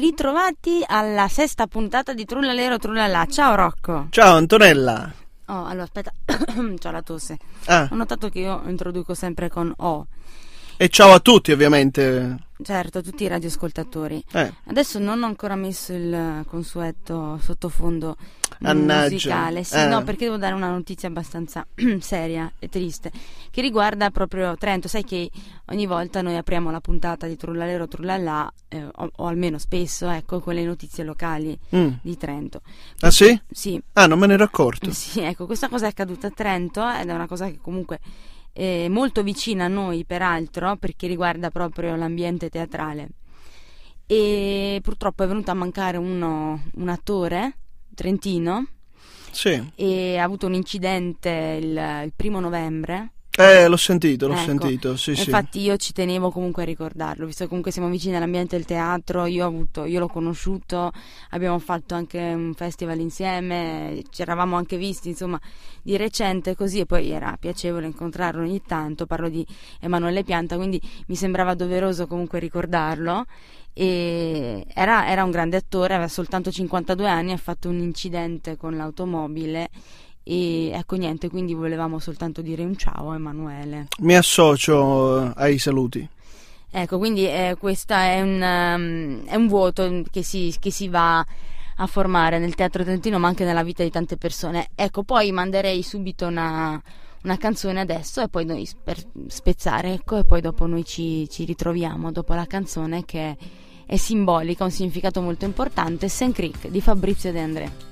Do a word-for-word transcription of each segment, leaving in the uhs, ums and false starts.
ritrovati alla sesta puntata di Trullalero Trullallà. Ciao Rocco. Ciao Antonella. Oh, allora aspetta, c'ho la tosse. Ah. Ho notato che io introduco sempre con O. E ciao a tutti, ovviamente. Certo, a tutti i radioascoltatori. Eh. Adesso non ho ancora messo il consueto sottofondo Annaggia. musicale. Sì, eh. no, perché devo dare una notizia abbastanza seria e triste, che riguarda proprio Trento. Sai che ogni volta noi apriamo la puntata di Trullalero Trullallà, eh, o, o almeno spesso, ecco, con le notizie locali Mm. di Trento. Ah sì? Sì. Ah, non me ne ero accorto. Sì, ecco, questa cosa è accaduta a Trento ed è una cosa che comunque è molto vicina a noi, peraltro, perché riguarda proprio l'ambiente teatrale. E purtroppo è venuto a mancare uno, un attore trentino. Sì. E ha avuto un incidente il, il primo novembre. Eh, l'ho sentito, l'ho Ecco, sentito, sì, sì. infatti io ci tenevo comunque a ricordarlo, visto che comunque siamo vicini all'ambiente del teatro. Io ho avuto, io l'ho conosciuto, abbiamo fatto anche un festival insieme, ci eravamo anche visti, insomma, di recente così, e poi era piacevole incontrarlo ogni tanto. Parlo di Emanuele Pianta, quindi mi sembrava doveroso comunque ricordarlo. E era, era un grande attore, aveva soltanto cinquantadue anni, ha fatto un incidente con l'automobile. E ecco, niente, quindi volevamo soltanto dire un ciao a Emanuele. Mi associo ai saluti. Ecco, quindi eh, questo è un, um, è un vuoto che si, che si va a formare nel teatro trentino, ma anche nella vita di tante persone. Ecco, poi manderei subito una, una canzone adesso e poi noi per spezzare, ecco, e poi dopo noi ci, ci ritroviamo dopo la canzone, che è simbolica, un significato molto importante. Saint Creek di Fabrizio De André.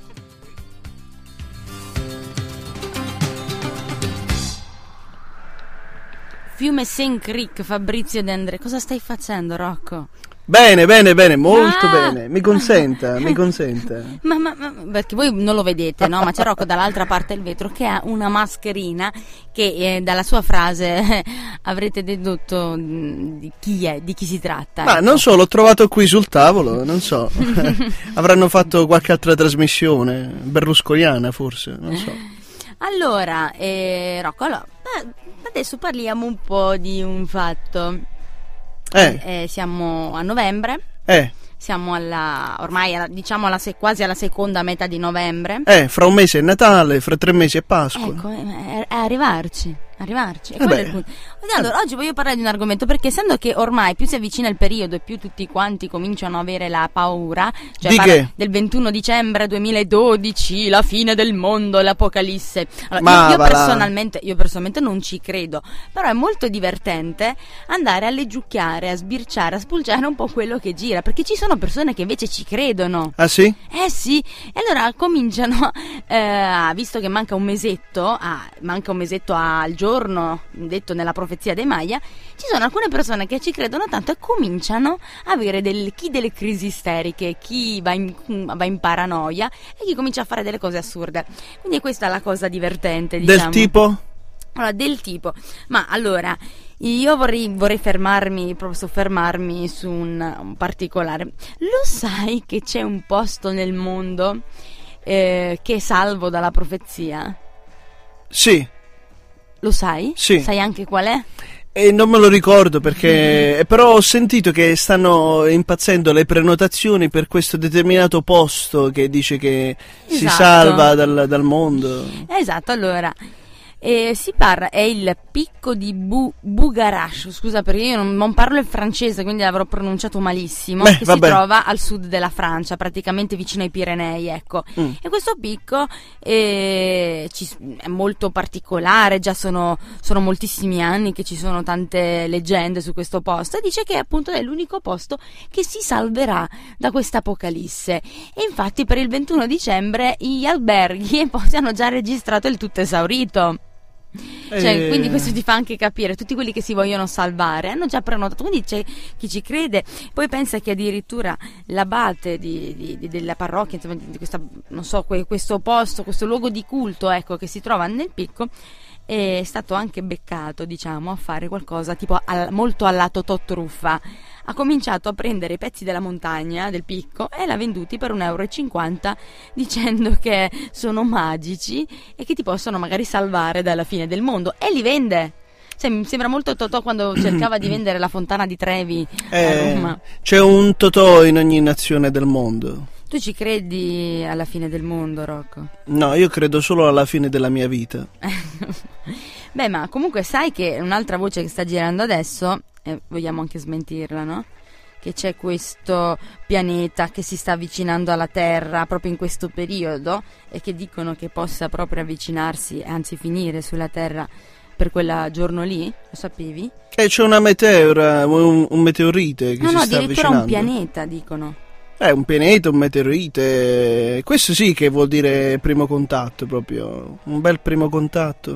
Fiume Saint Creek, Fabrizio De André. Cosa stai facendo, Rocco? Bene, bene, bene, molto Ah! bene. Mi consenta, mi consenta. Ma, ma, ma perché voi non lo vedete, no? Ma c'è Rocco dall'altra parte del vetro che ha una mascherina che eh, dalla sua frase eh, avrete dedotto mh, di chi è, di chi si tratta. Ma ecco. non so, l'ho trovato qui sul tavolo, non so. Avranno fatto qualche altra trasmissione, berlusconiana forse, non so. Allora, eh, Rocco, allora, adesso parliamo un po' di un fatto. Eh, Eh, siamo a novembre. eh, Siamo alla, ormai alla, diciamo alla se, quasi alla seconda metà di novembre. eh, fra un mese è Natale, fra tre mesi è Pasqua. Ecco, è, è arrivarci, arrivarci. E Eh quello è beh. il punto. Allora, oggi voglio parlare di un argomento, perché essendo che ormai più si avvicina il periodo e più tutti quanti cominciano a avere la paura, cioè Di parla che? del ventuno dicembre duemiladodici, la fine del mondo, l'apocalisse. Allora, Ma io, io va là. personalmente, io personalmente non ci credo, però è molto divertente andare a leggiucchiare, a sbirciare, a spulciare un po' quello che gira, perché ci sono persone che invece ci credono. Ah sì? Eh sì, e allora cominciano, eh, visto che manca un mesetto, ah, manca un mesetto al giorno, detto nella profezia dei Maya, ci sono alcune persone che ci credono tanto e cominciano a avere del, chi delle crisi isteriche, chi va in, va in paranoia e chi comincia a fare delle cose assurde. Quindi questa è la cosa divertente, diciamo. Del tipo? Allora, del tipo, ma allora, io vorrei, vorrei fermarmi, proprio soffermarmi su un, un particolare. Lo sai che c'è un posto nel mondo eh, che è salvo dalla profezia? Sì, Lo sai? Sì. Sai anche qual è? e non me lo ricordo perché però ho sentito che stanno impazzendo le prenotazioni per questo determinato posto che dice che si Esatto. salva dal, dal mondo. Esatto, allora, eh, si parla, è il picco di Bu- Bugarash, scusa perché io non, non parlo il francese, quindi l'avrò pronunciato malissimo, Beh, che vabbè. si trova al sud della Francia, praticamente vicino ai Pirenei, ecco. Mm. E questo picco eh, ci- è molto particolare, già sono, sono moltissimi anni che ci sono tante leggende su questo posto, e dice che appunto è l'unico posto che si salverà da questa apocalisse. E infatti per il ventuno dicembre gli alberghi poi hanno già registrato il tutto esaurito. Cioè, Eh. quindi questo ti fa anche capire, tutti quelli che si vogliono salvare hanno già prenotato, quindi c'è chi ci crede. Poi pensa che addirittura l'abate di, di- di- della parrocchia, insomma, di questa, non so, que- questo posto, questo luogo di culto, ecco, che si trova nel picco, è stato anche beccato, diciamo, a fare qualcosa tipo al- molto alla Totò Truffa. Ha cominciato a prendere i pezzi della montagna, del picco, e l'ha venduti per un euro e cinquanta, dicendo che sono magici e che ti possono magari salvare dalla fine del mondo, e li vende. Cioè, mi sembra molto Totò quando cercava di vendere la fontana di Trevi eh, a Roma. C'è un Totò in ogni nazione del mondo. Tu ci credi alla fine del mondo, Rocco? No, io credo solo alla fine della mia vita. Beh, ma comunque sai che un'altra voce che sta girando adesso, e vogliamo anche smentirla, no? Che c'è questo pianeta che si sta avvicinando alla Terra proprio in questo periodo e che dicono che possa proprio avvicinarsi, anzi finire sulla Terra per quel giorno lì. Lo sapevi? E c'è una meteora, un, un meteorite che no, si no, sta addirittura avvicinando. un pianeta, dicono. Eh, un pianeta, un meteorite, questo sì che vuol dire primo contatto proprio, un bel primo contatto.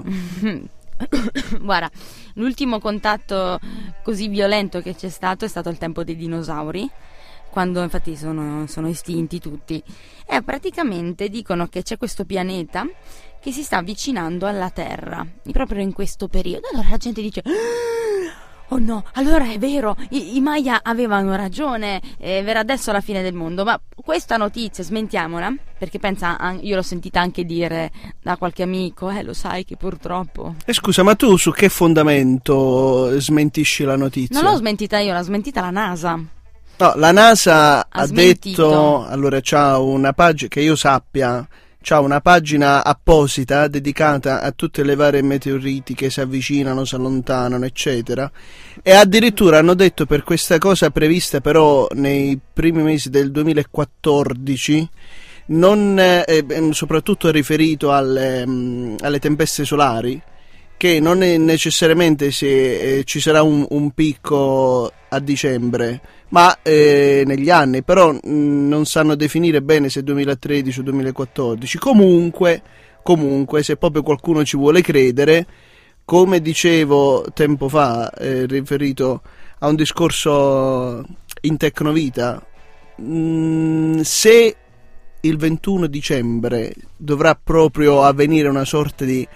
Guarda, l'ultimo contatto così violento che c'è stato è stato il tempo dei dinosauri, quando infatti sono, sono estinti tutti, e praticamente dicono che c'è questo pianeta che si sta avvicinando alla Terra, proprio in questo periodo. Allora la gente dice... Oh no, allora è vero, i, i Maya avevano ragione, eh, verrà adesso la fine del mondo. Ma questa notizia, smentiamola, perché pensa, io l'ho sentita anche dire da qualche amico, eh lo sai che purtroppo... E scusa, ma tu su che fondamento smentisci la notizia? Non l'ho smentita io, l'ha smentita la NASA. No, la NASA ha, Ha detto, allora c'ha una pagina, che io sappia... C'ha una pagina apposita dedicata a tutte le varie meteoriti che si avvicinano, si allontanano, eccetera. E addirittura hanno detto per questa cosa prevista però nei primi mesi del duemilaquattordici, non, eh, soprattutto riferito alle, mh, alle tempeste solari, che non è necessariamente se eh, ci sarà un, un picco a dicembre, ma eh, negli anni, però mh, non sanno definire bene se duemilatredici o duemilaquattordici. Comunque, comunque, se proprio qualcuno ci vuole credere, come dicevo tempo fa, eh, riferito a un discorso in Tecnovita, mh, se il ventuno dicembre dovrà proprio avvenire una sorta di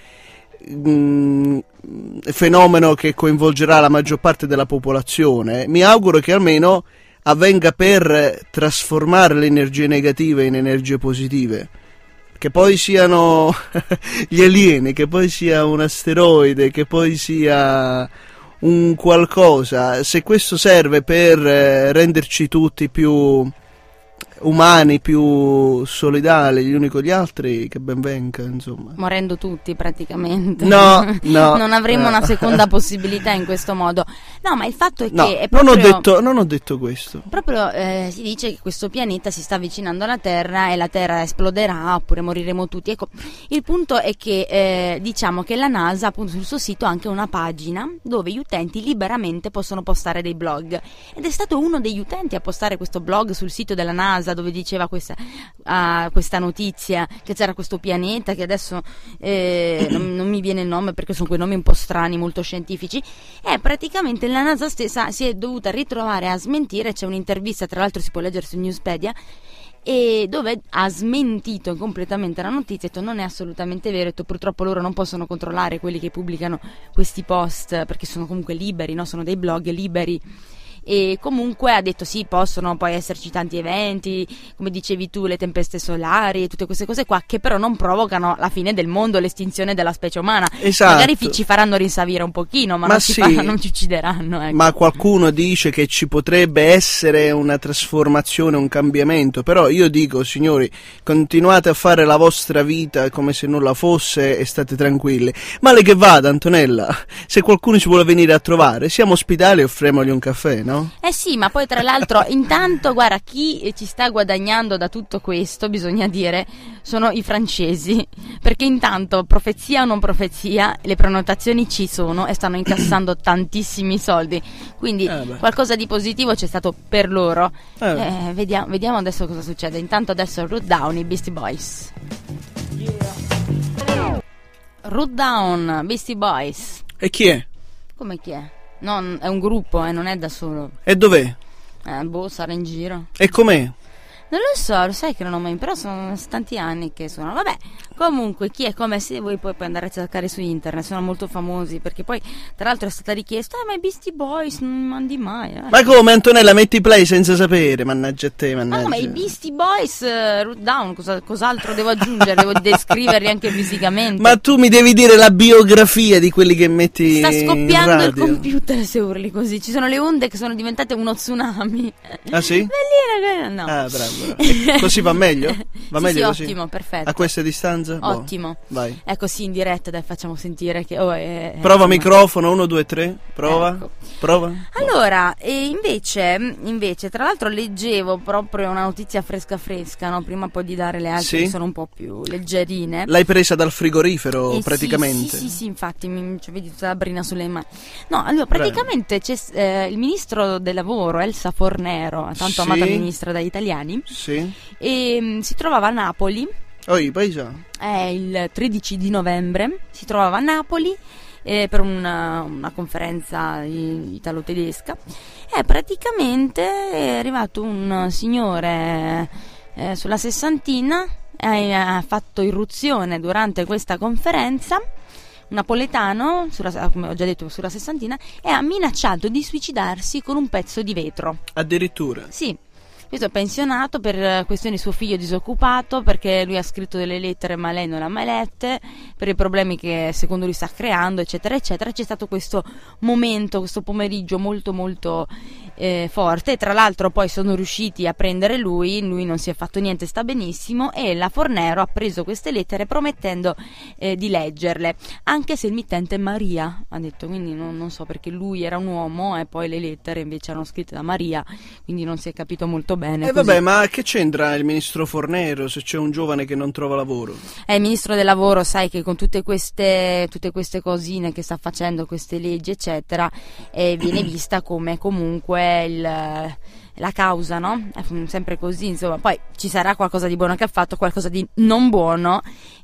mh, fenomeno che coinvolgerà la maggior parte della popolazione, mi auguro che almeno avvenga per trasformare le energie negative in energie positive, che poi siano gli alieni, che poi sia un asteroide, che poi sia un qualcosa. Se questo serve per renderci tutti più umani, più solidali gli uni con gli altri, che ben venga, insomma. Morendo tutti praticamente. No, no. Non avremo no. una seconda possibilità in questo modo. No, ma il fatto è no, che è proprio... non ho detto, non ho detto questo. Proprio eh, si dice che questo pianeta si sta avvicinando alla Terra e la Terra esploderà oppure moriremo tutti. Ecco, il punto è che eh, diciamo che la NASA appunto sul suo sito ha anche una pagina dove gli utenti liberamente possono postare dei blog, ed è stato uno degli utenti a postare questo blog sul sito della NASA dove diceva questa, uh, questa notizia che c'era questo pianeta che adesso eh, non, non mi viene il nome perché sono quei nomi un po' strani, molto scientifici, e praticamente la NASA stessa si è dovuta ritrovare a smentire. C'è un'intervista, tra l'altro si può leggere su Newspedia, e dove ha smentito completamente la notizia, ha detto non è assolutamente vero, ha detto purtroppo loro non possono controllare quelli che pubblicano questi post perché sono comunque liberi, no? Sono dei blog liberi. E comunque ha detto sì, possono poi esserci tanti eventi, come dicevi tu, le tempeste solari e tutte queste cose qua, che però non provocano la fine del mondo, l'estinzione della specie umana. Esatto. Magari fi- ci faranno rinsavire un pochino, ma, ma non, sì, ci fa- non ci uccideranno, ecco. Ma qualcuno dice che ci potrebbe essere una trasformazione, un cambiamento, però io dico, signori, continuate a fare la vostra vita come se nulla fosse e state tranquilli. Male che vada, Antonella, se qualcuno ci vuole venire a trovare, siamo ospitali e offriamogli un caffè, no? Eh sì, ma poi tra l'altro intanto guarda, chi ci sta guadagnando da tutto questo, bisogna dire, sono i francesi, perché intanto profezia o non profezia, le prenotazioni ci sono e stanno incassando tantissimi soldi, quindi eh qualcosa di positivo c'è stato per loro. eh. Eh, vediamo, vediamo adesso cosa succede. Intanto adesso Root Down, i Beastie Boys. Yeah. Root Down, Beastie Boys. E chi è? Come chi è? No, è un gruppo, eh, non è da solo. E dov'è? Eh, boh, sarà in giro. E com'è? Non lo so, lo sai che non ho mai, però sono tanti anni che suonano. Vabbè, comunque chi è come se voi poi puoi andare a cercare su internet, sono molto famosi, perché poi tra l'altro è stata richiesta, ah ma i Beastie Boys non mandi mai. Eh. Ma come, Antonella, metti play senza sapere, mannaggia a te, mannaggia. No, ma i Beastie Boys, uh, Root Down, cosa, cos'altro devo aggiungere? Devo descriverli anche fisicamente. Ma tu mi devi dire la biografia di quelli che metti Sta scoppiando in il computer se urli così, ci sono le onde che sono diventate uno tsunami. Ah sì? Bellina, no. Ah, bravo. Così va meglio? Va sì, meglio sì, così? ottimo, perfetto. A questa distanza? Ottimo. Boh, vai. Ecco, sì, in diretta, dai, facciamo sentire che... Oh, è, è, prova insomma... microfono, uno, due, tre, prova. Ecco. Prova. Allora, e invece, invece, tra l'altro leggevo proprio una notizia fresca fresca, no? Prima poi di dare le altre sì? che sono un po' più leggerine. L'hai presa dal frigorifero, eh praticamente? Sì, sì, sì, infatti, mi, cioè, vedi tutta la brina sulle mani. No, allora, praticamente c'è eh, il ministro del lavoro, Elsa Fornero, tanto sì? amata ministra dagli italiani, sì? e mh, si trovava a Napoli. Oi, paesa. È il tredici di novembre, si trovava a Napoli eh, per una, una conferenza italo-tedesca e praticamente è arrivato un signore eh, sulla sessantina, eh, ha fatto irruzione durante questa conferenza, un napoletano, sulla, come ho già detto, sulla sessantina, e ha minacciato di suicidarsi con un pezzo di vetro. Addirittura? Sì. Questo è pensionato per questioni suo figlio disoccupato, perché lui ha scritto delle lettere ma lei non le ha mai lette, per i problemi che secondo lui sta creando, eccetera eccetera. C'è stato questo momento, questo pomeriggio molto molto eh, forte, e tra l'altro poi sono riusciti a prendere lui, lui non si è fatto niente, sta benissimo, e la Fornero ha preso queste lettere promettendo eh, di leggerle, anche se il mittente è Maria, ha detto, quindi non, non so, perché lui era un uomo e poi le lettere invece erano scritte da Maria, quindi non si è capito molto bene. E eh vabbè, ma che c'entra il ministro Fornero se c'è un giovane che non trova lavoro? È il ministro del lavoro, sai che con tutte queste tutte queste cosine che sta facendo, queste leggi eccetera, eh, viene vista come comunque il, la causa, no? È sempre così, insomma. Poi ci sarà qualcosa di buono che ha fatto, qualcosa di non buono,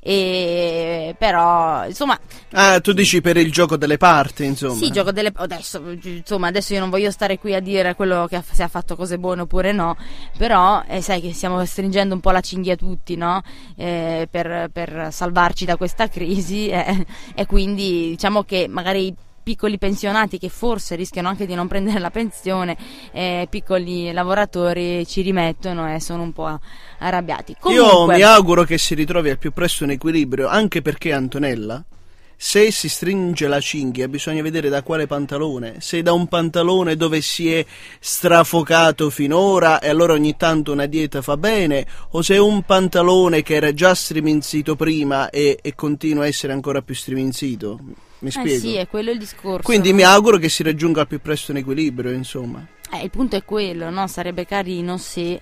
e però insomma. Ah, tu dici per il gioco delle parti, insomma. Sì, gioco delle adesso, insomma, adesso io non voglio stare qui a dire quello che ha, se ha fatto cose buone oppure no, però eh, sai che stiamo stringendo un po' la cinghia tutti, no? Eh, per, per salvarci da questa crisi, eh, e quindi diciamo che magari i piccoli pensionati che forse rischiano anche di non prendere la pensione, eh, piccoli lavoratori ci rimettono e sono un po' arrabbiati. Comunque, io mi auguro che si ritrovi al più presto un equilibrio, anche perché, Antonella, se si stringe la cinghia bisogna vedere da quale pantalone. Se da un pantalone dove si è strafocato finora e allora ogni tanto una dieta fa bene, o se è un pantalone che era già striminzito prima e, e continua a essere ancora più striminzito. Mi spiego? Eh sì, è quello il discorso. Quindi no? mi auguro che si raggiunga al più presto un equilibrio, insomma. Eh, il punto è quello, no? Sarebbe carino se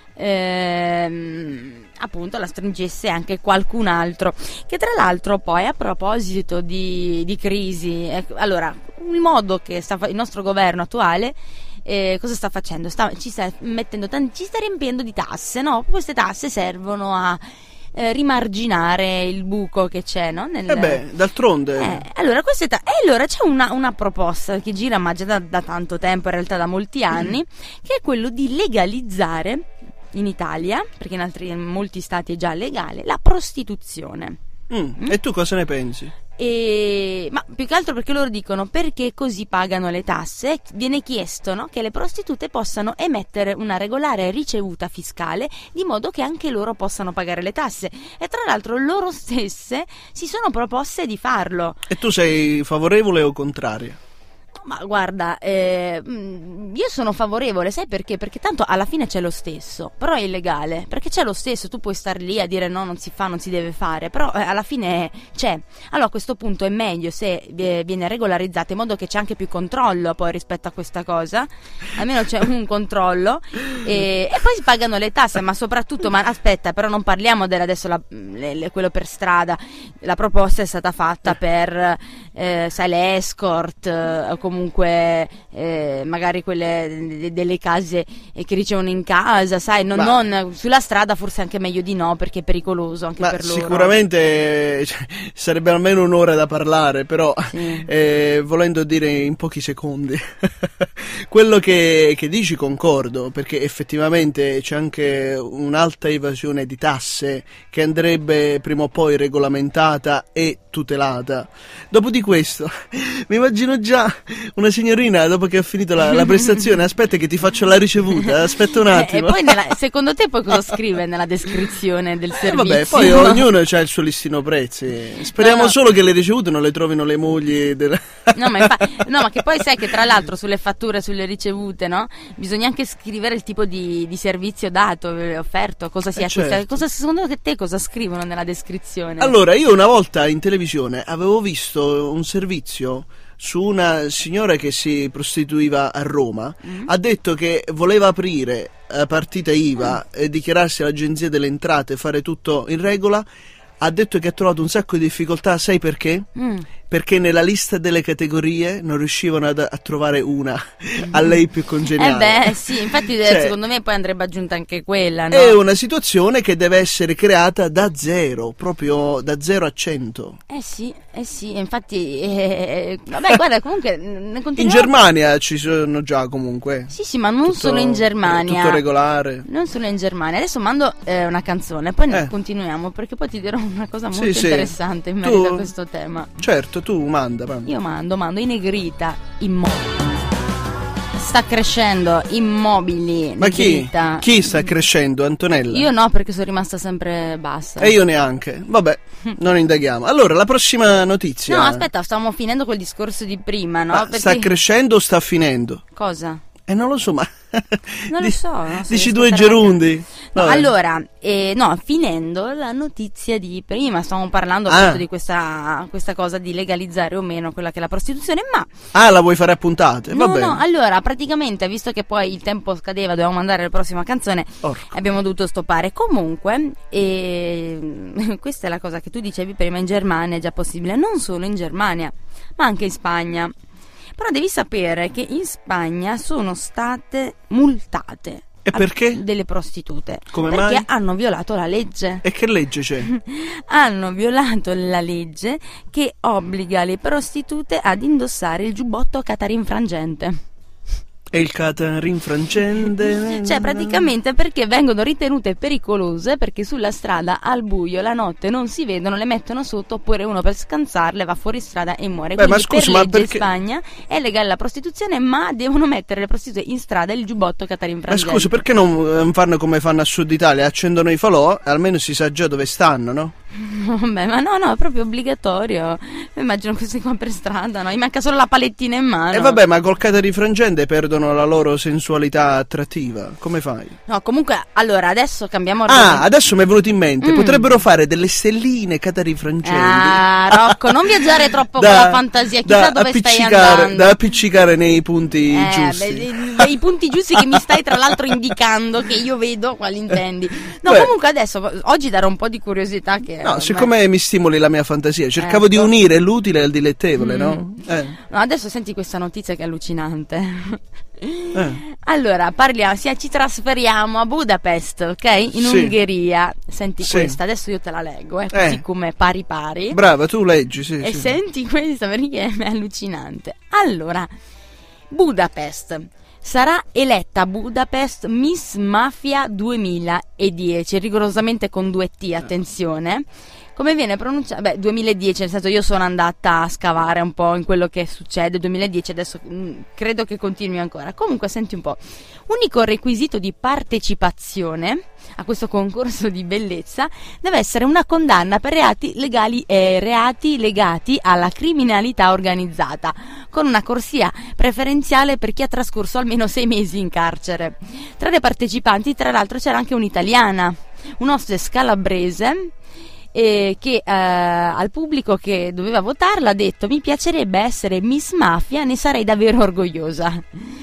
ehm, appunto la stringesse anche qualcun altro. Che tra l'altro poi, a proposito di, di crisi, eh, allora, il modo che sta fa- il nostro governo attuale eh, cosa sta facendo? Sta, ci sta mettendo tanti, ci sta riempiendo di tasse, no? Queste tasse servono a Eh, rimarginare il buco che c'è, no? Nel... Eh beh, d'altronde. Eh, allora, queste ta- e allora c'è una, una proposta che gira ma già da, da tanto tempo, in realtà da molti anni, mm. che è quello di legalizzare in Italia, perché in altri in molti stati è già legale, la prostituzione. Mm. Mm? E tu cosa ne pensi? E... ma più che altro perché loro dicono perché così pagano le tasse, viene chiesto, no, che le prostitute possano emettere una regolare ricevuta fiscale di modo che anche loro possano pagare le tasse, e tra l'altro loro stesse si sono proposte di farlo. E tu sei favorevole o contraria? Ma guarda, eh, io sono favorevole, sai perché? Perché tanto alla fine c'è lo stesso, però è illegale, perché c'è lo stesso, tu puoi star lì a dire no, non si fa, non si deve fare, però eh, alla fine c'è. Allora a questo punto è meglio se viene regolarizzata, in modo che c'è anche più controllo poi rispetto a questa cosa, almeno c'è un controllo, e, e poi si pagano le tasse, ma soprattutto, ma aspetta, però non parliamo della, adesso la, le, le, quello per strada, la proposta è stata fatta per, eh, sai, le escort, eh, comunque comunque eh, magari quelle de- delle case eh, che ricevono in casa, sai, non, Ma- non sulla strada, forse anche meglio di no, perché è pericoloso anche Ma per loro. sicuramente cioè, sarebbe almeno un'ora da parlare, però Sì. eh, volendo dire in pochi secondi quello che, che dici concordo, perché effettivamente c'è anche un'alta evasione di tasse che andrebbe prima o poi regolamentata e tutelata. Dopo di questo mi immagino già una signorina dopo che ha finito la, la prestazione, aspetta che ti faccio la ricevuta, aspetta un Eh, attimo. e poi nella- secondo te poi cosa scrive nella descrizione del Eh, servizio? vabbè, poi ognuno ha il suo listino prezzi. Speriamo No, no. solo che le ricevute non le trovino le mogli del... No, ma, infa- no, ma che poi sai che tra l'altro sulle fatture, sulle ricevute, no? Bisogna anche scrivere il tipo di, di servizio dato, eh, offerto, cosa si Eh, acquista. certo. Cosa, secondo te cosa scrivono nella descrizione? Allora, io una volta in televisione avevo visto un servizio su una signora che si prostituiva a Roma, Mm. ha detto che voleva aprire eh, partita I V A e dichiararsi all'Agenzia delle Entrate, fare tutto in regola. Ha detto che ha trovato un sacco di difficoltà, sai perché? Mm. Perché nella lista delle categorie non riuscivano ad- a trovare una a lei più Eh congeniale. beh, sì, infatti eh, Cioè, secondo me poi andrebbe aggiunta anche quella, no? è una situazione che deve essere creata da zero, proprio da zero a cento. Eh sì, eh sì, infatti eh, vabbè, guarda, comunque ne In continuiamo. Germania ci sono già comunque. Sì, sì, ma non Tutto- solo in Germania. Tutto regolare. Non solo in Germania. Adesso mando eh, una canzone, poi ne Eh. continuiamo perché poi ti dirò una cosa molto Sì, sì. interessante in Tu- merito a questo tema. Certo, tu manda, manda. Io mando, mando in negrita immobili. Sta crescendo immobili. Ma chi? Negrita. Chi sta crescendo, Antonella? Io no, perché sono rimasta sempre bassa. E io neanche. Vabbè, non indaghiamo. Allora, la prossima notizia. No, aspetta, stavamo finendo quel discorso di prima, no? Ma Perché- sta crescendo o sta finendo? Cosa? E non lo so, ma... Non lo Di- so. non so, Dici devo due ascoltare la gerundi? No, Vabbè. allora, eh, no, finendo la notizia di prima, stavamo parlando Ah. appunto di questa, questa cosa di legalizzare o meno quella che è la prostituzione, ma Ah, la vuoi fare a puntate? Va no, bene. no, allora, praticamente, visto che poi il tempo scadeva, dovevamo mandare la prossima canzone, Orco. abbiamo dovuto stoppare. Comunque, eh, questa è la cosa che tu dicevi prima, in Germania è già possibile, non solo in Germania, ma anche in Spagna. Però devi sapere che in Spagna sono state multate E perché? delle prostitute Come perché mai? hanno violato la legge. E che legge c'è? Hanno violato la legge che obbliga le prostitute ad indossare il giubbotto catarinfrangente. E il Catarin francente? Cioè, praticamente perché vengono ritenute pericolose, perché sulla strada al buio la notte non si vedono, le mettono sotto, oppure uno per scansarle va fuori strada e muore. Beh, ma Quindi scusa, per ma legge perché- in Spagna è legale la prostituzione, ma devono mettere le prostitute in strada il giubbotto Ma catarinfrangente. scusa, perché non eh, fanno come fanno a Sud Italia? Accendono i falò e almeno si sa già dove stanno, no? Vabbè, ma no, no, è proprio obbligatorio. Immagino questi qua per strada, no? Gli manca solo la palettina in mano. E vabbè, ma col Catarin frangente perdono la loro sensualità attrattiva. Come fai? No, comunque, allora, adesso cambiamo Ah, argomento. adesso mi è venuto in mente. Mm. Potrebbero fare delle stelline Catarin frangenti. Ah, Rocco, non viaggiare troppo con la fantasia, chissà dove stai appiccicare- andando. Da appiccicare nei punti Eh, giusti. beh, beh, i punti giusti che mi stai tra l'altro indicando, che io vedo quali intendi. No, Beh. comunque adesso, oggi darò un po' di curiosità che... No, beh, siccome mi stimoli la mia fantasia, cercavo di Ecco. unire l'utile al dilettevole, Mm. no? Eh, no, adesso senti questa notizia che è allucinante. eh. Allora, parliamo, sì, ci trasferiamo a Budapest, ok? In Sì. Ungheria. Senti Sì. questa, adesso io te la leggo, eh, così Eh. come pari pari. Brava, tu leggi, sì. E sì. senti questa perché è allucinante. Allora, Budapest. Sarà eletta a Budapest Miss Mafia duemiladieci, rigorosamente con due T, attenzione. Come viene pronunciato? Beh, duemiladieci, nel senso io sono andata a scavare un po' in quello che succede, duemiladieci, adesso mh, credo che continui ancora. Comunque, senti un po'. Unico requisito di partecipazione a questo concorso di bellezza deve essere una condanna per reati legali e reati legati alla criminalità organizzata, con una corsia preferenziale per chi ha trascorso almeno sei mesi in carcere. Tra le partecipanti, tra l'altro, c'era anche un'italiana, un'hostess calabrese, e che eh, al pubblico che doveva votarla ha detto: mi piacerebbe essere Miss Mafia, ne sarei davvero orgogliosa.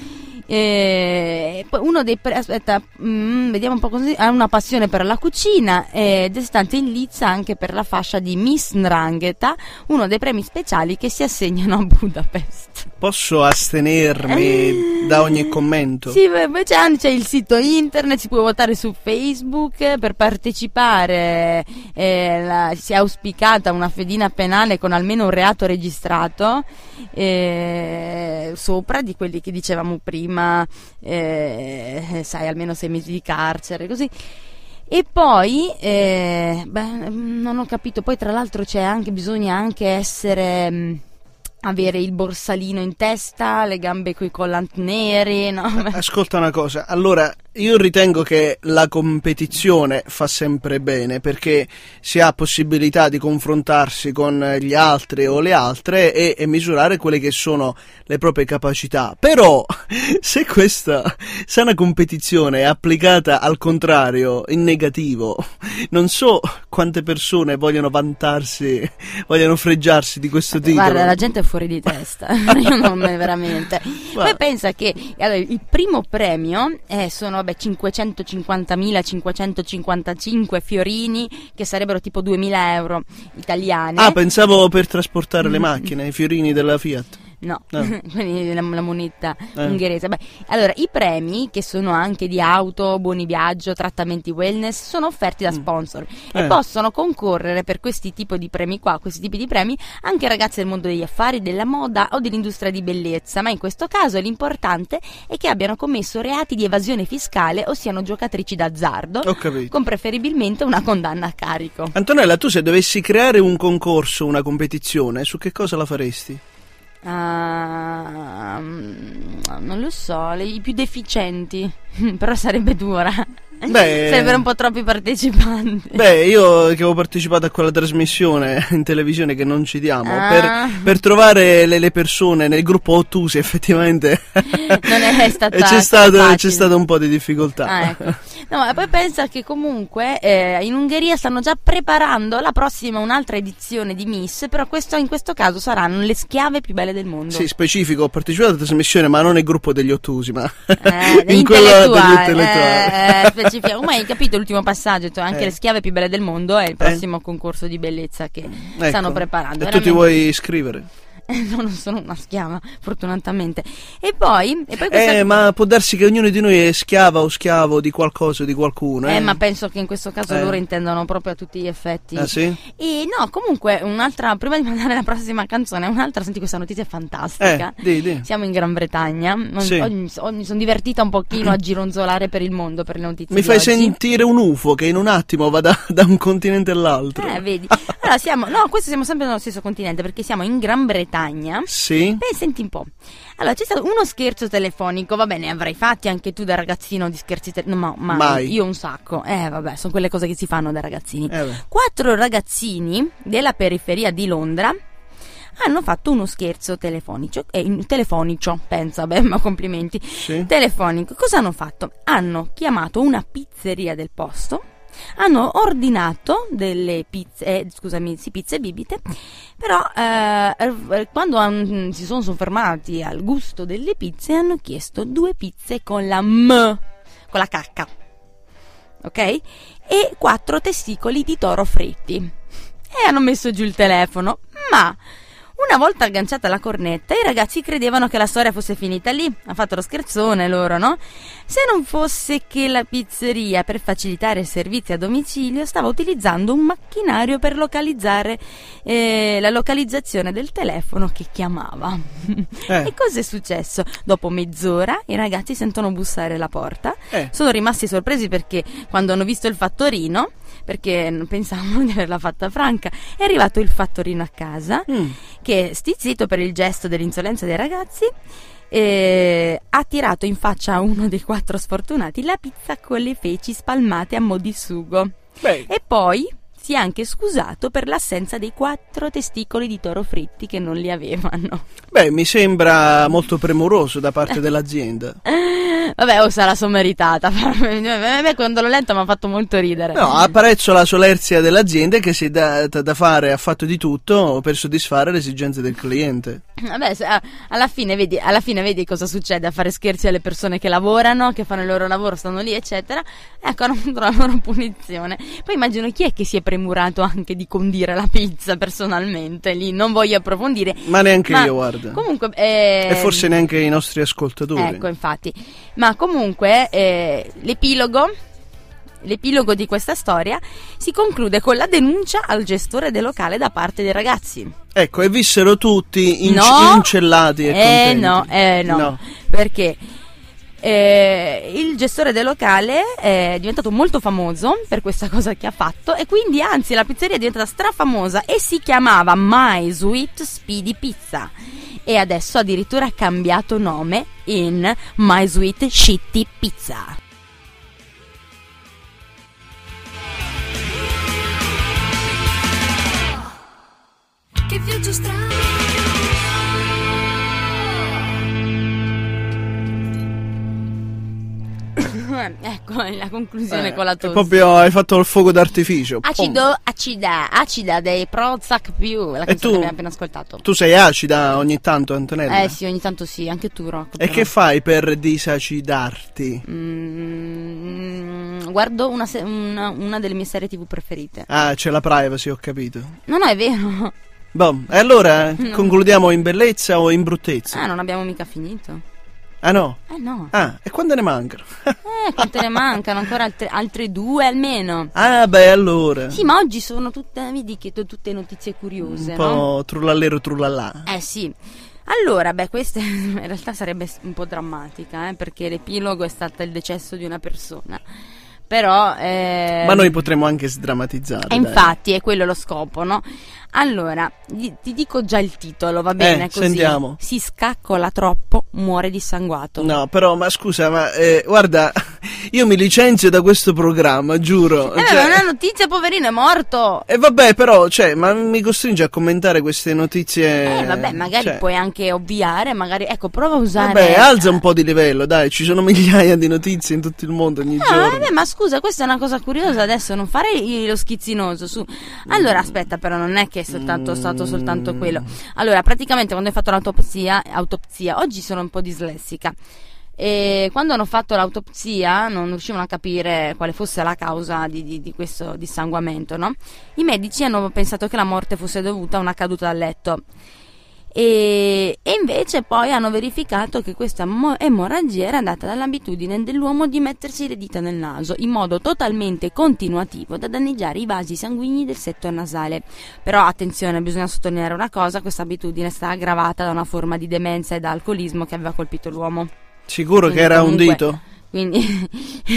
E poi uno dei pre- aspetta, mm, vediamo un po' così. Ha una passione per la cucina ed è stato in lizza anche per la fascia di Miss Ndrangheta, uno dei premi speciali che si assegnano a Budapest. Posso astenermi da ogni commento? Sì, poi c'è, c'è il sito internet, si può votare su Facebook per partecipare. Eh, la, si è auspicata una fedina penale con almeno un reato registrato eh, sopra di quelli che dicevamo prima, eh, sai, almeno sei mesi di carcere, così. E poi eh, beh, non ho capito, poi tra l'altro c'è anche, bisogna anche essere mh, avere il borsalino in testa, le gambe coi collant neri, no? Ascolta una cosa, allora io ritengo che la competizione fa sempre bene, perché si ha possibilità di confrontarsi con gli altri o le altre e, e misurare quelle che sono le proprie capacità. Però se questa sana competizione è applicata al contrario, in negativo, non so quante persone vogliono vantarsi, vogliono fregiarsi di questo titolo. Guarda, la gente è fuori di testa. Io non veramente. Poi pensa che allora, il primo premio eh, sono vabbè, cinquecentocinquantamila cinquecentocinquantacinque fiorini, che sarebbero tipo duemila euro italiani. Ah, pensavo per trasportare le macchine, i fiorini della Fiat. No, no. Quindi la, la moneta eh. ungherese. Beh, allora, i premi, che sono anche di auto, buoni viaggio, trattamenti wellness, sono offerti da sponsor mm. e eh. possono concorrere per questi tipi di premi qua, questi tipi di premi, anche ragazzi del mondo degli affari, della moda o dell'industria di bellezza, ma in questo caso l'importante è che abbiano commesso reati di evasione fiscale o siano giocatrici d'azzardo, con preferibilmente una condanna a carico. Antonella, tu se dovessi creare un concorso, una competizione, su che cosa la faresti? Uh, non lo so, le, i più deficienti, però sarebbe dura. Beh, sarebbero un po' troppi partecipanti. Beh, io che ho partecipato a quella trasmissione in televisione che non citiamo, ah. per, per trovare le, le persone nel gruppo Ottusi effettivamente non è stata c'è stato, c'è stato un po' di difficoltà. Ah, ecco. No, ma poi pensa che comunque eh, in Ungheria stanno già preparando la prossima, un'altra edizione di Miss, però questo, in questo caso saranno le schiave più belle del mondo. Sì, specifico, ho partecipato alla trasmissione ma non nel gruppo degli Ottusi, ma eh, in quello degli intellettuali. Eh, Come hai capito l'ultimo passaggio, anche eh. le schiave più belle del mondo è il prossimo eh. concorso di bellezza che ecco. stanno preparando. E veramente. Tu ti vuoi iscrivere? No, non sono una schiava, fortunatamente. E poi, e poi eh, ma può darsi che ognuno di noi è schiava o schiavo di qualcosa o di qualcuno. Eh, eh ma penso che in questo caso eh. loro intendano proprio a tutti gli effetti. Ah, sì? E no, comunque, un'altra, prima di mandare la prossima canzone, un'altra, senti questa notizia fantastica. Eh, di, di. Siamo in Gran Bretagna. Sì. Oggi, oggi mi sono divertita un pochino a gironzolare per il mondo per le notizie. Mi di fai oggi. sentire un U F O che in un attimo va da, da un continente all'altro. Eh, vedi. Allora, siamo, no, questo siamo sempre nello stesso continente perché siamo in Gran Bretagna. Sì. Beh, senti un po'. Allora, c'è stato uno scherzo telefonico, va bene, avrai fatti anche tu da ragazzino di scherzi telefonici? No, ma mai. Io un sacco. Eh, vabbè, sono quelle cose che si fanno da ragazzini. Eh Quattro ragazzini della periferia di Londra hanno fatto uno scherzo telefonico, eh, telefonico, pensa, beh, ma complimenti. Sì. Telefonico. Cosa hanno fatto? Hanno chiamato una pizzeria del posto, hanno ordinato delle pizze, eh, scusami, sì, pizze bibite, però eh, quando han, si sono soffermati al gusto delle pizze hanno chiesto due pizze con la M, con la H, ok? E quattro testicoli di toro fritti. E hanno messo giù il telefono, ma una volta agganciata la cornetta, i ragazzi credevano che la storia fosse finita lì. Ha fatto lo scherzone loro, no? Se non fosse che la pizzeria, per facilitare i servizi a domicilio, stava utilizzando un macchinario per localizzare eh, la localizzazione del telefono che chiamava. Eh. E cosa è successo? Dopo mezz'ora i ragazzi sentono bussare alla porta. Eh. Sono rimasti sorpresi perché quando hanno visto il fattorino, perché non pensavano di averla fatta franca, è arrivato il fattorino a casa, mm. che, stizzito per il gesto dell'insolenza dei ragazzi, eh, ha tirato in faccia a uno dei quattro sfortunati la pizza con le feci spalmate a mo' di sugo. Beh. E poi si è anche scusato per l'assenza dei quattro testicoli di toro fritti che non li avevano. Beh, mi sembra molto premuroso da parte dell'azienda. Vabbè, o sarà sommeritata. A me quando l'ho letta mi ha fatto molto ridere. No, apprezzo la solerzia dell'azienda che si è data da fare, ha fatto di tutto per soddisfare le esigenze del cliente. Vabbè, se, alla fine vedi, alla fine vedi cosa succede a fare scherzi alle persone che lavorano, che fanno il loro lavoro, stanno lì, eccetera. Ecco, hanno avuto la loro punizione. Poi immagino chi è che si è premurato anche di condire la pizza personalmente, lì non voglio approfondire. Ma neanche ma io, guarda. Comunque, eh, e forse neanche i nostri ascoltatori. Ecco, infatti. Ma comunque eh, l'epilogo L'epilogo di questa storia si conclude con la denuncia al gestore del locale da parte dei ragazzi. Ecco, e vissero tutti inc- no, incellati e eh contenti. no, eh no, no. Perché eh, il gestore del locale è diventato molto famoso per questa cosa che ha fatto, e quindi anzi la pizzeria è diventata strafamosa e si chiamava My Sweet Speedy Pizza, e adesso addirittura ha cambiato nome in My Sweet Shitty Pizza. Che viaggio strano. Ecco la conclusione eh, con la tosse. Proprio hai fatto il fuoco d'artificio. Acido, Pom. acida, acida dei Prozac più. La E canzone tu? che abbiamo appena ascoltato. Tu sei acida ogni tanto, Antonella? Eh sì, ogni tanto sì, anche tu, Rocco. E però. che fai per disacidarti? Mm, guardo una, se- una, una delle mie serie tv preferite. Ah, c'è la privacy, ho capito. No, no, è vero. Boh, e allora No. concludiamo in bellezza o in bruttezza? Ah, non abbiamo mica finito. Ah no? Eh no. Ah, e quando ne mancano? Eh, quante ne mancano? Ancora altre, altre due almeno. Ah, beh, allora. Sì, ma oggi sono tutte, vedi che to- tutte notizie curiose, Un po' no? trullallero trullallà. Eh sì. Allora, beh, questa in realtà sarebbe un po' drammatica, eh, perché l'epilogo è stato il decesso di una persona. Però eh, Ma noi potremmo anche sdrammatizzare. eh, dai. infatti è quello lo scopo, no? Allora, di- ti dico già il titolo, va bene? Eh, così. sentiamo. Si scaccola troppo, muore dissanguato. No, però, ma scusa, ma eh, guarda, io mi licenzio da questo programma, giuro. Eh, cioè- ma è una notizia, poverino, è morto. E vabbè, però, cioè, ma mi costringe a commentare queste notizie. Eh, vabbè, magari cioè, puoi anche ovviare, magari, ecco, prova a usare... Vabbè, alza un po' di livello, dai, ci sono migliaia di notizie in tutto il mondo ogni No, giorno. vabbè, ma scusa, questa è una cosa curiosa, adesso non fare il- lo schizzinoso, su. Allora, aspetta, però non è che è soltanto stato soltanto quello. Allora, praticamente quando hai fatto l'autopsia, autopsia, oggi sono un po' dislessica. E quando hanno fatto l'autopsia non riuscivano a capire quale fosse la causa di, di, di questo dissanguamento, no? I medici hanno pensato che la morte fosse dovuta a una caduta dal letto. E, e invece poi hanno verificato che questa mo- emorragia era data dall'abitudine dell'uomo di mettersi le dita nel naso in modo totalmente continuativo da danneggiare i vasi sanguigni del setto nasale. Però attenzione, bisogna sottolineare una cosa: questa abitudine sta aggravata da una forma di demenza e da alcolismo che aveva colpito l'uomo. Sicuro Quindi che era comunque- un dito? Quindi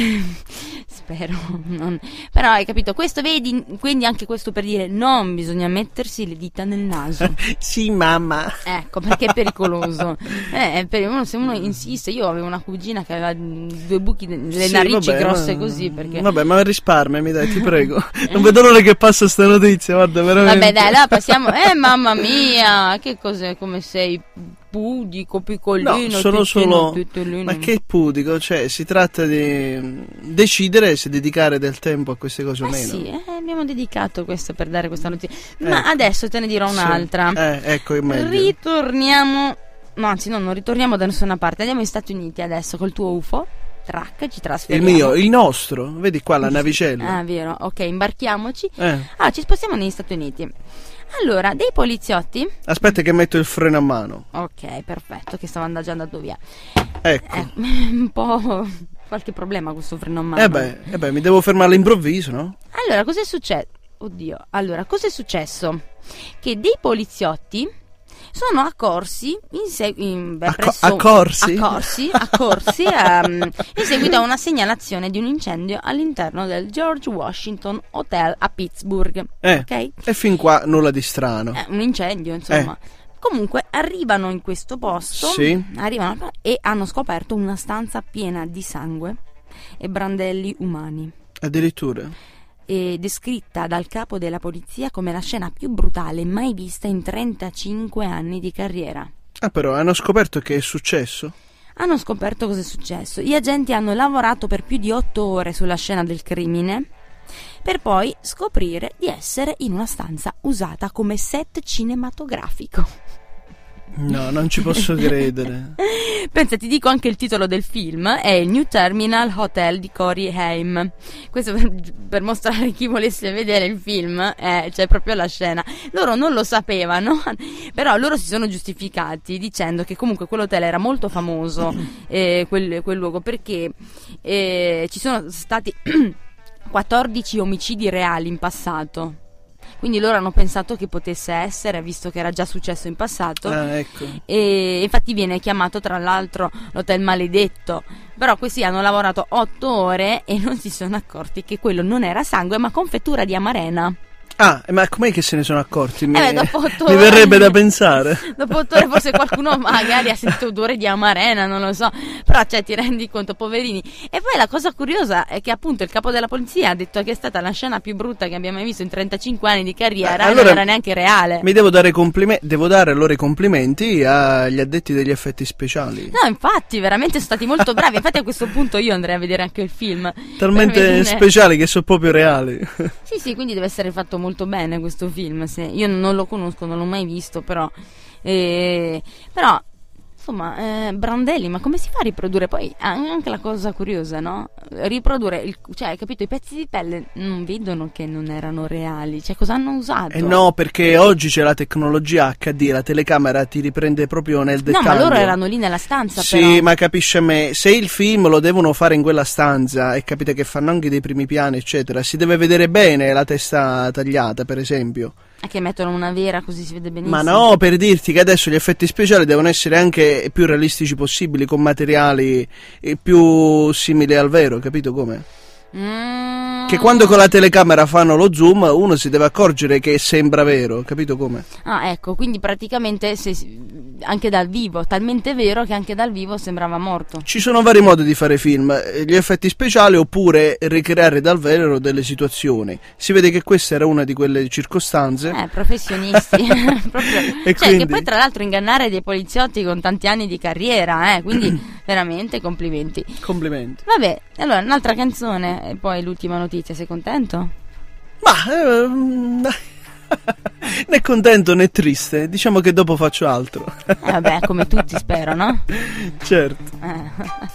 spero non... Però hai capito, questo vedi, quindi anche questo per dire non bisogna mettersi le dita nel naso. Sì, mamma. Ecco, perché è pericoloso. Eh, per uno, se uno insiste, io avevo una cugina che aveva due buchi, le Sì, narici vabbè, grosse ma- così, perché... Vabbè, ma risparmiami, dai, ti prego. Non vedo l'ora che passa sta notizia, guarda, veramente. Vabbè, dai, allora passiamo... Eh, mamma mia, che cos'è, come sei pudico, piccolino, No, sono piccino, solo. piccolino. Ma che pudico, cioè, si tratta di decidere se dedicare del tempo a queste cose o Eh meno. sì, eh, abbiamo dedicato questo per dare questa notizia. Ma Ecco. adesso te ne dirò Sì. un'altra. Eh, ecco, è meglio. Ritorniamo, no, anzi no, non ritorniamo da nessuna parte, andiamo negli Stati Uniti adesso col tuo U F O, track, ci Il trasferiamo. mio, il nostro, vedi qua la navicella. Ah, vero, ok, imbarchiamoci. Eh, Ah, ci spostiamo negli Stati Uniti. Allora, dei poliziotti, aspetta che metto il freno a mano. ok, perfetto, che stavo già andando via. Ecco. Eh, un po' qualche problema questo freno a mano. Eh beh, eh beh, mi devo fermare all'improvviso, no? Allora, cos'è successo? Oddio, allora, cos'è successo? Che dei poliziotti sono accorsi in seg- in, beh, Acco- presso- accorsi? accorsi, accorsi ehm, in seguito a una segnalazione di un incendio all'interno del George Washington Hotel a Pittsburgh. Eh, Ok? e fin qua nulla di strano. Eh, un incendio, insomma. Comunque arrivano in questo posto, Sì. arrivano e hanno scoperto una stanza piena di sangue e brandelli umani. Addirittura. eh, descritta dal capo della polizia come la scena più brutale mai vista in trentacinque anni di carriera. Ah, però hanno scoperto che è successo? Hanno scoperto cosa è successo. Gli agenti hanno lavorato per più di otto ore sulla scena del crimine, per poi scoprire di essere in una stanza usata come set cinematografico. No, non ci posso credere. Pensa, ti dico anche il titolo del film, è il New Terminal Hotel di Corey Haim. Questo per, per mostrare chi volesse vedere il film, eh, c'è proprio la scena. Loro non lo sapevano, però loro si sono giustificati dicendo che comunque quell'hotel era molto famoso, eh, quel, quel luogo, perché eh, ci sono stati quattordici omicidi reali in passato. Quindi loro hanno pensato che potesse essere, visto che era già successo in passato. Ah, ecco. E infatti viene chiamato tra l'altro l'hotel maledetto. Però questi hanno lavorato otto ore e non si sono accorti che quello non era sangue ma confettura di amarena. Ah, ma com'è che se ne sono accorti? Mi, eh, dopo otto mi ore, verrebbe da pensare. Dopo otto ore forse qualcuno magari ha sentito odore di amarena, non lo so. Però cioè ti rendi conto, poverini. E poi la cosa curiosa è che appunto il capo della polizia ha detto che è stata la scena più brutta che abbiamo mai visto in trentacinque anni di carriera, eh, allora, e non era neanche reale. Mi devo dare complimenti, devo dare loro i complimenti agli addetti degli effetti speciali. No, infatti, veramente sono stati molto bravi. Infatti a questo punto io andrei a vedere anche il film. Talmente vedere... speciali che sono proprio reali. Sì, sì, quindi deve essere fatto molto bene questo film. Se... Io non lo conosco, non l'ho mai visto, però... Eh... Però... Insomma, eh, Brandelli, ma come si fa a riprodurre? Poi anche la cosa curiosa, no? Riprodurre, il, cioè, hai capito, i pezzi di pelle non vedono che non erano reali. Cioè, cosa hanno usato? Eh no, perché oggi c'è la tecnologia acca di, la telecamera ti riprende proprio nel dettaglio. No, ma loro erano lì nella stanza, sì, però. ma capisce a me, se il film lo devono fare in quella stanza e capite che fanno anche dei primi piani, eccetera, si deve vedere bene la testa tagliata, per esempio. E che mettono una vera così si vede benissimo. Ma no, per dirti che adesso gli effetti speciali devono essere anche più realistici possibili, con materiali più simili al vero, capito come? Mm. Che quando con la telecamera fanno lo zoom uno si deve accorgere che sembra vero, capito come? Ah, ecco, quindi praticamente se, anche dal vivo, talmente vero che anche dal vivo sembrava morto. Ci sono vari modi di fare film, gli effetti speciali oppure ricreare dal vero delle situazioni. Si vede che questa era una di quelle circostanze. Eh, professionisti. Proprio. E cioè, quindi... che poi tra l'altro ingannare dei poliziotti con tanti anni di carriera, eh, quindi veramente complimenti. Complimenti. Vabbè, allora un'altra canzone e poi l'ultima notizia, sei contento? Ma ehm, né contento né triste, diciamo che dopo faccio altro. Eh, vabbè, come tutti spero, no? Certo. Eh.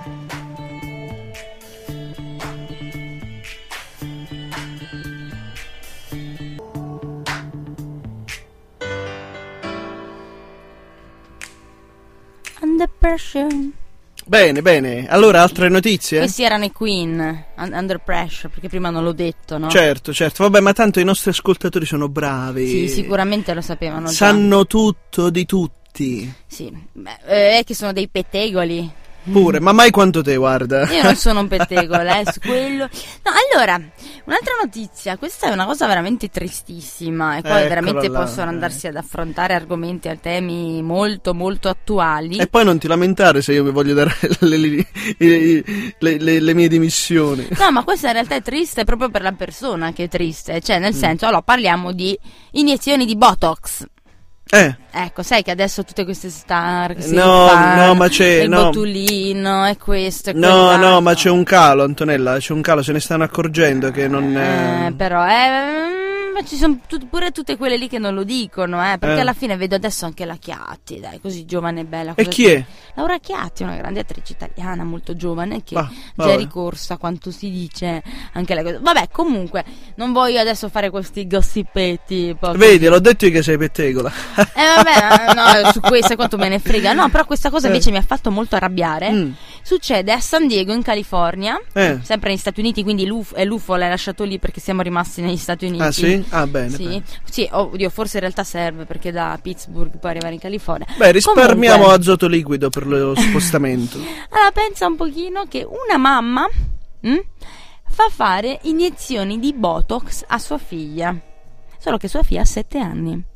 Under pressure. Bene, bene. Allora, altre notizie? Questi erano i Queen, Under Pressure, perché prima non l'ho detto, no? Certo, certo. Vabbè, ma tanto i nostri ascoltatori sono bravi. Sì, sicuramente lo sapevano già. Sanno tutto di tutti. Sì, beh, è che sono dei pettegoli. Pure, ma mai quanto te, guarda. Io non sono un pettegolo, eh, su quello. No, allora, un'altra notizia, questa è una cosa veramente tristissima e poi Eccola veramente là, possono eh. andarsi ad affrontare argomenti e temi molto molto attuali. E poi non ti lamentare se io vi voglio dare le, le, le, le, le mie dimissioni. No, ma questa in realtà è triste proprio per la persona che è triste, cioè nel Mm. senso, allora parliamo di iniezioni di Botox. Eh, Ecco, sai che adesso tutte queste star che si No, fanno, no, ma c'è- il no. botulino e questo e no, quell'altro. no, ma c'è un calo, Antonella, c'è un calo, se ne stanno accorgendo che non... Eh, Eh, però eh, ma ci sono tut- pure tutte quelle lì che non lo dicono, eh, perché Eh. alla fine vedo adesso anche la Chiatti, dai, così giovane e bella. E cosa chi che- è? Laura Chiatti, una grande attrice italiana, molto giovane, che Ah, già è vabbè. ricorsa, quanto si dice, anche lei. Vabbè, comunque, non voglio adesso fare questi gossipetti. poi Vedi, l'ho detto io che sei pettegola. Eh vabbè, no, su questo quanto me ne frega. No, però questa cosa Eh. invece mi ha fatto molto arrabbiare. Mm. Succede a San Diego, in California, Eh. sempre negli Stati Uniti, quindi l'U F O, eh, l'U F O l'hai lasciato lì perché siamo rimasti negli Stati Uniti. Ah sì? Ah bene, Sì, bene. sì, oddio, forse in realtà serve perché da Pittsburgh puoi arrivare in California. Beh, risparmiamo Comunque, azoto liquido per lo spostamento. allora pensa un pochino che una mamma mm, fa fare iniezioni di Botox a sua figlia. Solo che sua figlia ha sette anni.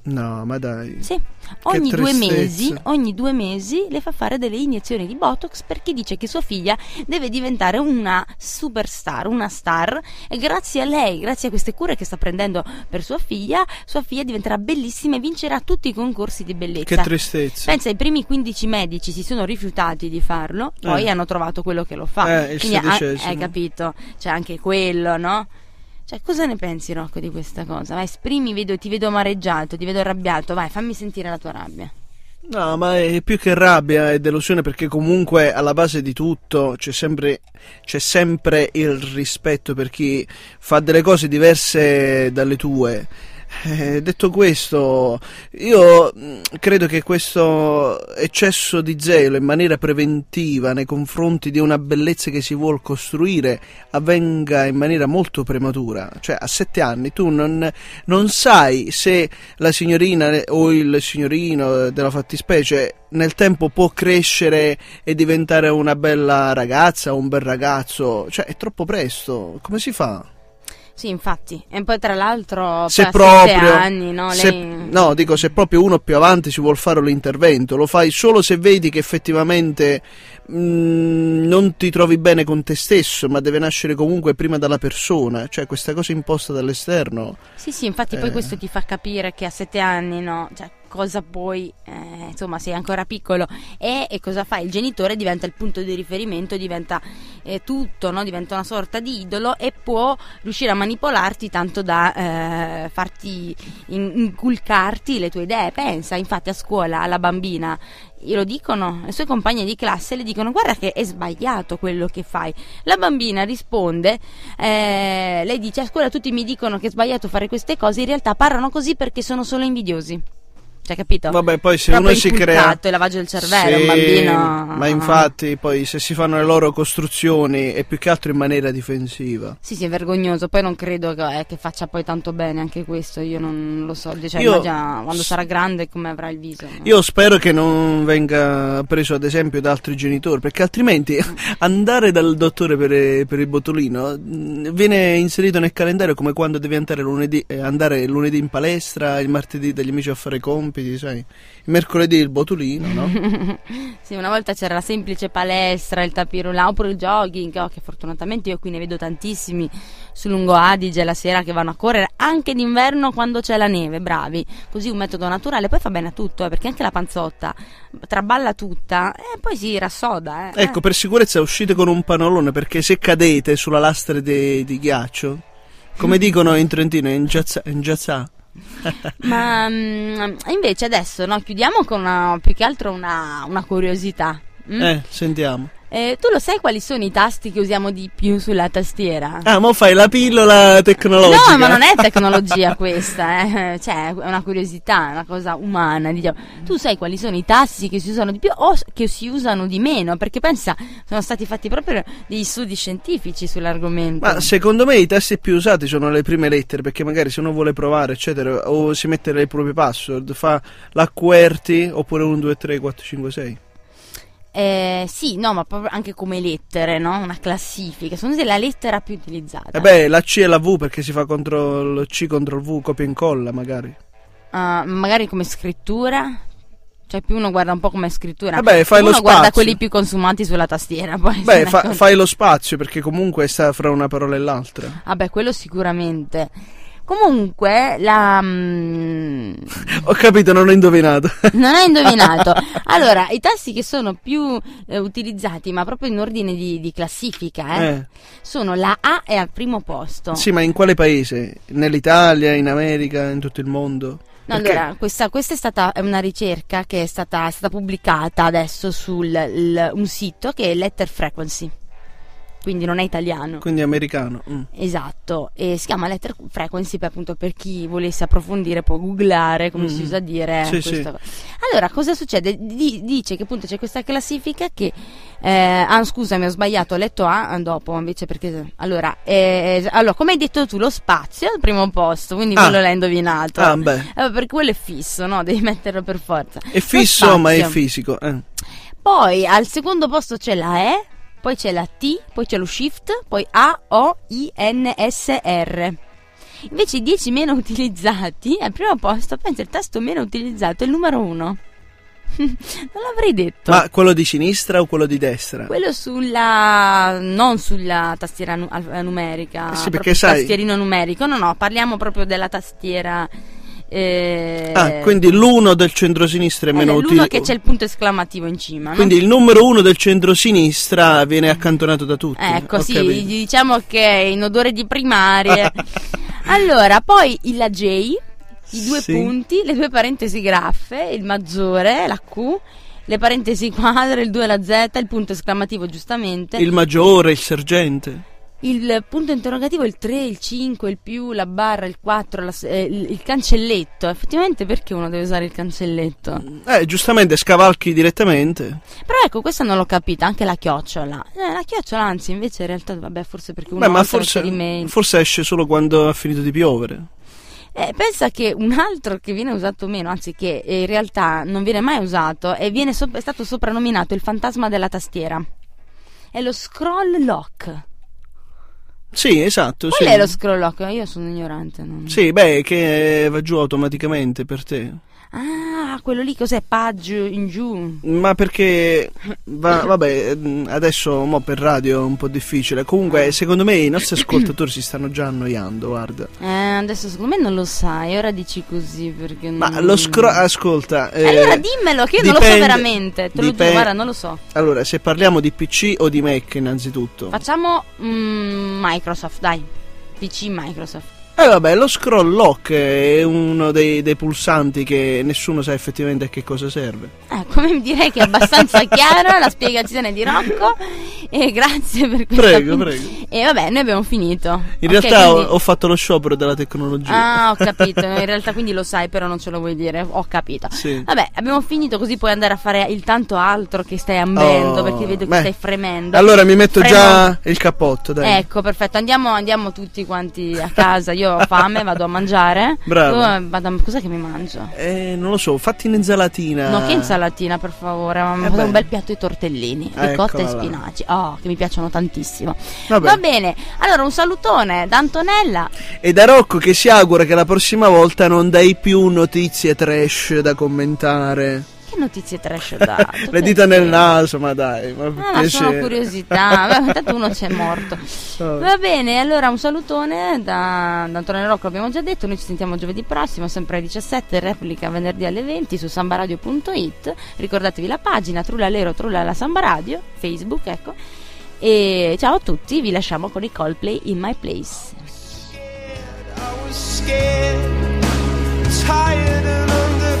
No, ma dai. Sì, ogni due tristezza. mesi, ogni due mesi le fa fare delle iniezioni di Botox perché dice che sua figlia deve diventare una superstar, una star, e grazie a lei, grazie a queste cure che sta prendendo per sua figlia, sua figlia diventerà bellissima e vincerà tutti i concorsi di bellezza. Che tristezza. Pensa, i primi quindici medici si sono rifiutati di farlo, poi Eh. hanno trovato quello che lo fa. Eh, il Quindi ha- sedicesimo. hai capito? C'è anche quello, no? Cioè, cosa ne pensi, Rocco, di questa cosa? Vai, esprimi, vedo, ti vedo amareggiato, ti vedo arrabbiato, vai, fammi sentire la tua rabbia. No, ma è più che rabbia, è delusione, perché comunque alla base di tutto c'è sempre, c'è sempre il rispetto per chi fa delle cose diverse dalle tue. Eh, detto questo, io mh, credo che questo eccesso di zelo in maniera preventiva nei confronti di una bellezza che si vuol costruire avvenga in maniera molto prematura. Cioè, a sette anni tu non, non sai se la signorina o il signorino della fattispecie nel tempo può crescere e diventare una bella ragazza o un bel ragazzo. Cioè, è troppo presto. Come si fa? Sì, infatti. E poi tra l'altro Se poi a sette proprio, anni, no? se- Lei... no, dico, se proprio uno più avanti si vuol fare l'intervento, lo fai solo se vedi che effettivamente mh, non ti trovi bene con te stesso, ma deve nascere comunque prima dalla persona. Cioè, questa cosa imposta dall'esterno. Sì, sì, infatti poi Eh. questo ti fa capire che a sette anni, no? Cioè, cosa puoi, eh, insomma, sei ancora piccolo e, e cosa fai? Il genitore diventa il punto di riferimento, diventa eh, tutto, no? Diventa una sorta di idolo e può riuscire a manipolarti tanto da eh, farti in- inculcarti le tue idee. Pensa, infatti, a scuola alla bambina glielo dicono, le sue compagne di classe le dicono: guarda che è sbagliato quello che fai. La bambina risponde, eh, lei dice: a scuola tutti mi dicono che è sbagliato fare queste cose, in realtà parlano così perché sono solo invidiosi. Cioè, capito? Vabbè, poi se Proprio uno si crea inculcato, il lavaggio del cervello, Sì, un bambino. ma infatti poi se si fanno le loro costruzioni è più che altro in maniera difensiva. Sì, sì, è vergognoso. Poi non credo che, eh, che faccia poi tanto bene anche questo. Io non lo so. Cioè, Io- immagina quando sarà grande come avrà il viso. No? Io spero che non venga preso ad esempio da altri genitori, perché altrimenti andare dal dottore per, per il botulino mh, viene inserito nel calendario come quando devi andare lunedì, eh, andare il lunedì in palestra, il martedì dagli amici a fare i compiti, sai? Il mercoledì il botulino, no? Sì, una volta c'era la semplice palestra, il tapirulà oppure il jogging, oh, che fortunatamente io qui ne vedo tantissimi su Lungo Adige la sera che vanno a correre anche d'inverno quando c'è la neve, bravi. Così un metodo naturale, poi fa bene a tutto, eh, perché anche la panzotta traballa tutta e poi si rassoda. Eh. Ecco, per sicurezza uscite con un panolone, perché se cadete sulla lastra di, di ghiaccio, come dicono in Trentino, ingiazza, ingiazza. Ma mm, invece adesso no, chiudiamo con una, più che altro una, una curiosità. mm? Eh, sentiamo. Eh, tu lo sai quali sono i tasti che usiamo di più sulla tastiera? Ah, mo fai la pillola tecnologica. No, ma non è tecnologia questa, eh. Cioè, è una curiosità, è una cosa umana, diciamo. Tu sai quali sono i tasti che si usano di più o s- che si usano di meno? Perché pensa, sono stati fatti proprio degli studi scientifici sull'argomento. Ma secondo me i tasti più usati sono le prime lettere, perché magari se uno vuole provare, eccetera, o si mette le proprie password, fa la QWERTY oppure uno, due, tre, quattro, cinque, sei. Eh, sì, no, ma proprio anche come lettere, no? Una classifica. Secondo te la lettera più utilizzata? E beh, la C e la V, perché si fa contro il C contro il V, copia e incolla magari. Ah, magari come scrittura? Cioè più uno guarda un po' come scrittura. Vabbè, fai uno lo guarda spazio. quelli più consumati sulla tastiera. Poi se Beh, ne fa- accorge. fai lo spazio, perché comunque sta fra una parola e l'altra. Vabbè, quello sicuramente. Comunque, la... mm, Ho capito, non ho indovinato. non hai indovinato. Allora, i tasti che sono più eh, utilizzati, ma proprio in ordine di, di classifica, eh, Eh. sono la A è al primo posto. Sì, ma in quale paese? Nell'Italia, in America, in tutto il mondo? No, Perché- allora, questa, questa è stata è una ricerca che è stata, è stata pubblicata adesso su un sito che è Letter Frequency, quindi non è italiano. Quindi americano. mm. Esatto, e si chiama Letter Frequency per, appunto, per chi volesse approfondire può googlare, come Mm. si usa dire. Sì, questa sì. cosa. Allora, cosa succede? Di- dice che appunto c'è questa classifica che eh, ah, scusami, ho sbagliato, ho letto A ah, dopo, invece perché allora, eh, allora, come hai detto tu, lo spazio è al primo posto, quindi Ah. quello l'hai indovinato. Ah, beh. Eh, perché quello è fisso, no? Devi metterlo per forza. È fisso, Lo ma è spazio. fisico. eh. Poi al secondo posto c'è la E, poi c'è la T, poi c'è lo Shift, poi A, O, I, N, S, R. Invece i dieci meno utilizzati, al primo posto, pensa, il tasto meno utilizzato è il numero uno. Non l'avrei detto. Ma quello di sinistra o quello di destra? Quello sulla, non sulla tastiera nu- numerica, sì, perché proprio sai, tastierino numerico, no no, parliamo proprio della tastiera. Eh... Ah, quindi l'uno del centrosinistra è meno l'uno utilizzato. che c'è il punto esclamativo in cima, no? Quindi il numero uno del centrosinistra viene accantonato da tutti. Ecco, Ho sì, capito. diciamo che è in odore di primarie. Allora, poi il- la J, i due Sì. punti, le due parentesi graffe, il maggiore, la Q, le parentesi quadre, il due, la Z, il punto esclamativo giustamente, Il maggiore, il sergente. il punto interrogativo, il tre, il cinque, il più, la barra, il quattro, la s- eh, il, il cancelletto. Effettivamente perché uno deve usare il cancelletto? Eh, giustamente scavalchi direttamente. Però ecco, questa non l'ho capita, anche la chiocciola. Eh, la chiocciola, anzi, invece in realtà, vabbè, forse perché uno Beh, ma alza forse, l'email. forse esce solo quando ha finito di piovere. Eh, pensa che un altro che viene usato meno, anzi che eh, in realtà non viene mai usato, e viene so- è stato soprannominato il fantasma della tastiera. È lo scroll lock. Sì, esatto. Qual sì. è lo scroll lock? Io sono ignorante. Non... Sì, beh, che va giù automaticamente per te. Ah, quello lì cos'è? Page in giù. Ma perché va- vabbè, mh, adesso mo per radio è un po' difficile. Comunque, secondo me i nostri ascoltatori si stanno già annoiando, guarda. Eh, adesso secondo me non lo sai, ora dici così perché non... Ma lo scroll, ascolta. eh, Allora dimmelo, che io non lo so dipende- veramente. Te lo giuro, dipende- guarda, non lo so. Allora, se parliamo di P C o di Mac, innanzitutto. Facciamo mm, Microsoft, dai. P C Microsoft. Eh vabbè, lo scroll lock è uno dei, dei pulsanti che nessuno sa effettivamente a che cosa serve. Eh, come direi che è abbastanza chiara la spiegazione di Rocco, e grazie per questa. Prego, prego. E vabbè, noi abbiamo finito. In Ok, realtà quindi- ho, ho fatto lo sciopero della tecnologia. Ah, ho capito, in realtà quindi lo sai, però non ce lo vuoi dire, ho capito. Sì. Vabbè, abbiamo finito, così puoi andare a fare il tanto altro che stai ambendo, Oh, perché vedo che beh. stai fremendo. Allora mi metto Fremo- già il cappotto, dai. Ecco, perfetto, andiamo, andiamo tutti quanti a casa, io ho fame, vado a mangiare. Bravo. Tu, eh, vado a- cos'è che mi mangio? Eh, non lo so, fatti un'insalatina. No, che insalatina, per favore, ma Eh un beh. bel piatto di tortellini, Eccola ricotta e là. spinaci. Oh, che mi piacciono tantissimo. Vabbè. Va bene, allora un salutone da Antonella. E da Rocco che si augura che la prossima volta non dai più notizie trash da commentare. Che notizie trash ho dato? Le dita nel naso, ma dai, ma per Ah, ma sono piacere. curiosità. Vabbè, tanto uno c'è morto. Vabbè. Va bene, allora un salutone da, da Antonella Rocco, abbiamo già detto. Noi ci sentiamo giovedì prossimo, sempre alle diciassette, replica venerdì alle venti su sambaradio punto it. Ricordatevi la pagina Trullalero Trullala Samba Radio, Facebook, ecco. E ciao a tutti, vi lasciamo con i Coldplay In My Place. I was scared, tired and